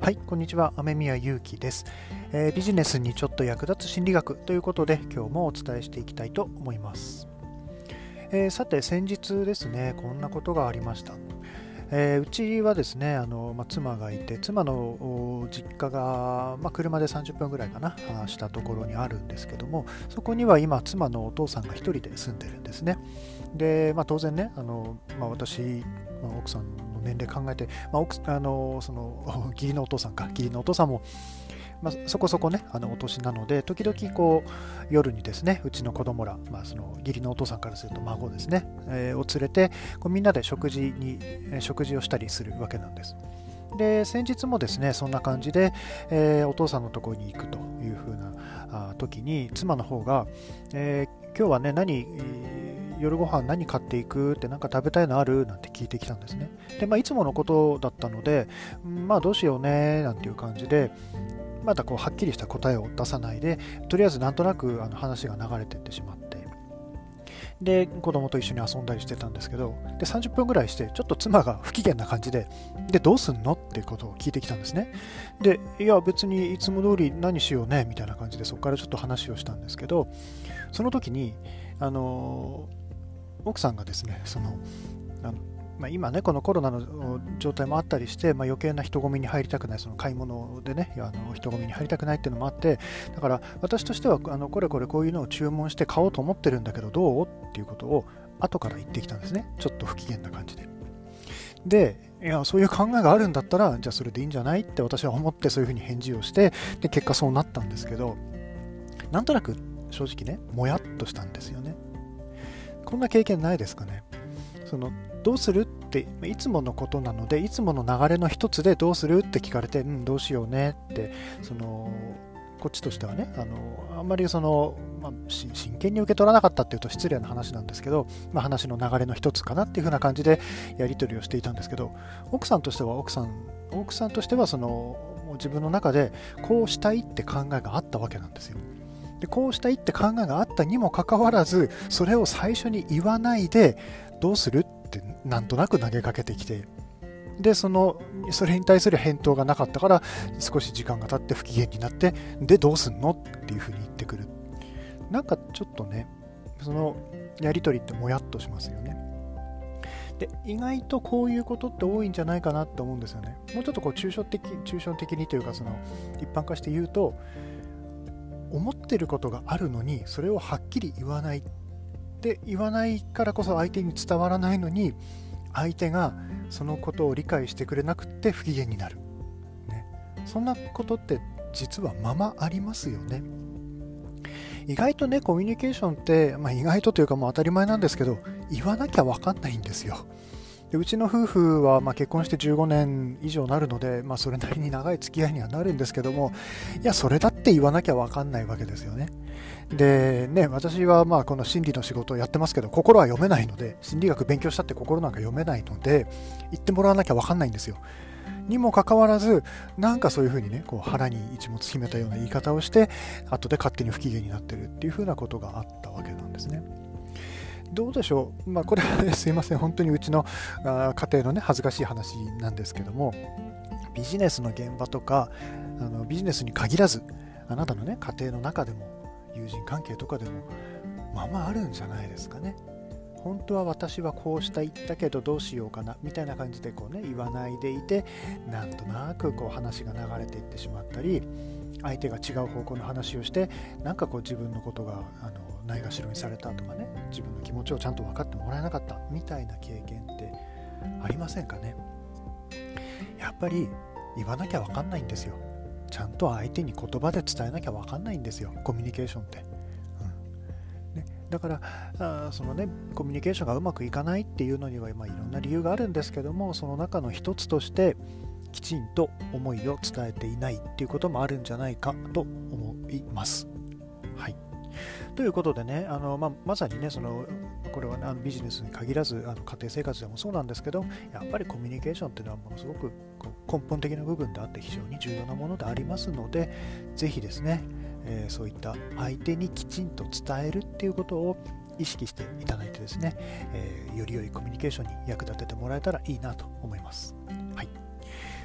はい、こんにちは。雨宮ゆうきです、ビジネスにちょっと役立つ心理学ということで今日もお伝えしていきたいと思います。さて先日ですね、こんなことがありました。うちはですね、妻がいて、妻の実家が、車で30分ぐらいかなしたところにあるんですけども、そこには今妻のお父さんが一人で住んでるんですね。で、当然ね、私、奥さんの年齢考えて、その義理のお父さんも、そこそこね、お年なので、時々こう夜にですね、うちの子供ら、その義理のお父さんからすると孫ですね、を連れてこうみんなで食事をしたりするわけなんです。で、先日もですね、そんな感じで、お父さんのところに行くというふうな時に、妻の方が、今日はね、夜ご飯何買っていくってなんか食べたいのあるなんて聞いてきたんですね。で、いつものことだったので、どうしようねなんていう感じで、まだこうはっきりした答えを出さないで、とりあえずなんとなく話が流れていってしまって、で子供と一緒に遊んだりしてたんですけど、で30分ぐらいしてちょっと妻が不機嫌な感じで、どうすんのっていうことを聞いてきたんですね。で、いや別にいつも通り何しようねみたいな感じで、そこからちょっと話をしたんですけど、その時に奥さんがですね、今ね、このコロナの状態もあったりして、余計な人混みに入りたくない、その買い物でね、人混みに入りたくないっていうのもあって、だから私としてはこれこういうのを注文して買おうと思ってるんだけどどうっていうことを後から言ってきたんですね。ちょっと不機嫌な感じで。で、いや、そういう考えがあるんだったら、じゃあそれでいいんじゃないって私は思って、そういうふうに返事をして、で結果そうなったんですけど、なんとなく正直ね、もやっとしたんですよね。こんな経験ないですかね。どうするっていつものことなので、いつもの流れの一つでどうするって聞かれて、どうしようねって、こっちとしてはね、あんまり真剣に受け取らなかったっていうと失礼な話なんですけど、話の流れの一つかなっていう風な感じでやり取りをしていたんですけど、奥さんとしてはもう自分の中でこうしたいって考えがあったわけなんですよ。で、こうしたいって考えがあったにもかかわらず、それを最初に言わないで、どうするってなんとなく投げかけてきて、でそれに対する返答がなかったから、少し時間が経って不機嫌になって、でどうすんのっていうふうに言ってくる。なんかちょっとね、そのやり取りってもやっとしますよね。で、意外とこういうことって多いんじゃないかなって思うんですよね。もうちょっとこう抽象的にというか、一般化して言うと、思ってることがあるのにそれをはっきり言わないで、言わないからこそ相手に伝わらないのに、相手がそのことを理解してくれなくて不機嫌になる、ね、そんなことって実はありますよね。意外とね、コミュニケーションって、意外とというかもう当たり前なんですけど、言わなきゃ分かんないんですよ。で、うちの夫婦は結婚して15年以上になるので、それなりに長い付き合いにはなるんですけども、いやそれだって言わなきゃ分かんないわけですよね。でね、私はこの心理の仕事をやってますけど、心は読めないので、心理学勉強したって心なんか読めないので、言ってもらわなきゃ分かんないんですよ。にもかかわらず、なんかそういうふうにね、こう腹に一物秘めたような言い方をして、後で勝手に不機嫌になってるっていうふうなことがあったわけなんですね。どうでしょう、これはすいません、本当にうちの家庭のね、恥ずかしい話なんですけども、ビジネスの現場とか、ビジネスに限らず、あなたのね、家庭の中でも、友人関係とかでも、あるんじゃないですかね。本当は私はこうしたいったけどどうしようかなみたいな感じでこうね、言わないでいて、なんとなくこう話が流れていってしまったり、相手が違う方向の話をして、なんかこう自分のことがないがしろにされたとかね、自分の気持ちをちゃんと分かってもらえなかったみたいな経験ってありませんかね。やっぱり言わなきゃ分かんないんですよ。ちゃんと相手に言葉で伝えなきゃ分かんないんですよ、コミュニケーションって。だからコミュニケーションがうまくいかないっていうのには、いろんな理由があるんですけども、その中の一つとしてきちんと思いを伝えていないっていうこともあるんじゃないかと思います。はい。ということでね、まさにね、これは、ビジネスに限らず家庭生活でもそうなんですけど、やっぱりコミュニケーションっていうのはものすごく根本的な部分であって非常に重要なものでありますので、ぜひですね、そういった相手にきちんと伝えるっていうことを意識していただいてですね、より良いコミュニケーションに役立ててもらえたらいいなと思います。はい。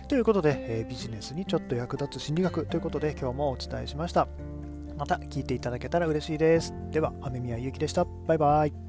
ということで、ビジネスにちょっと役立つ心理学ということで今日もお伝えしました。また聞いていただけたら嬉しいです。では、雨宮ゆうきでした。バイバイ。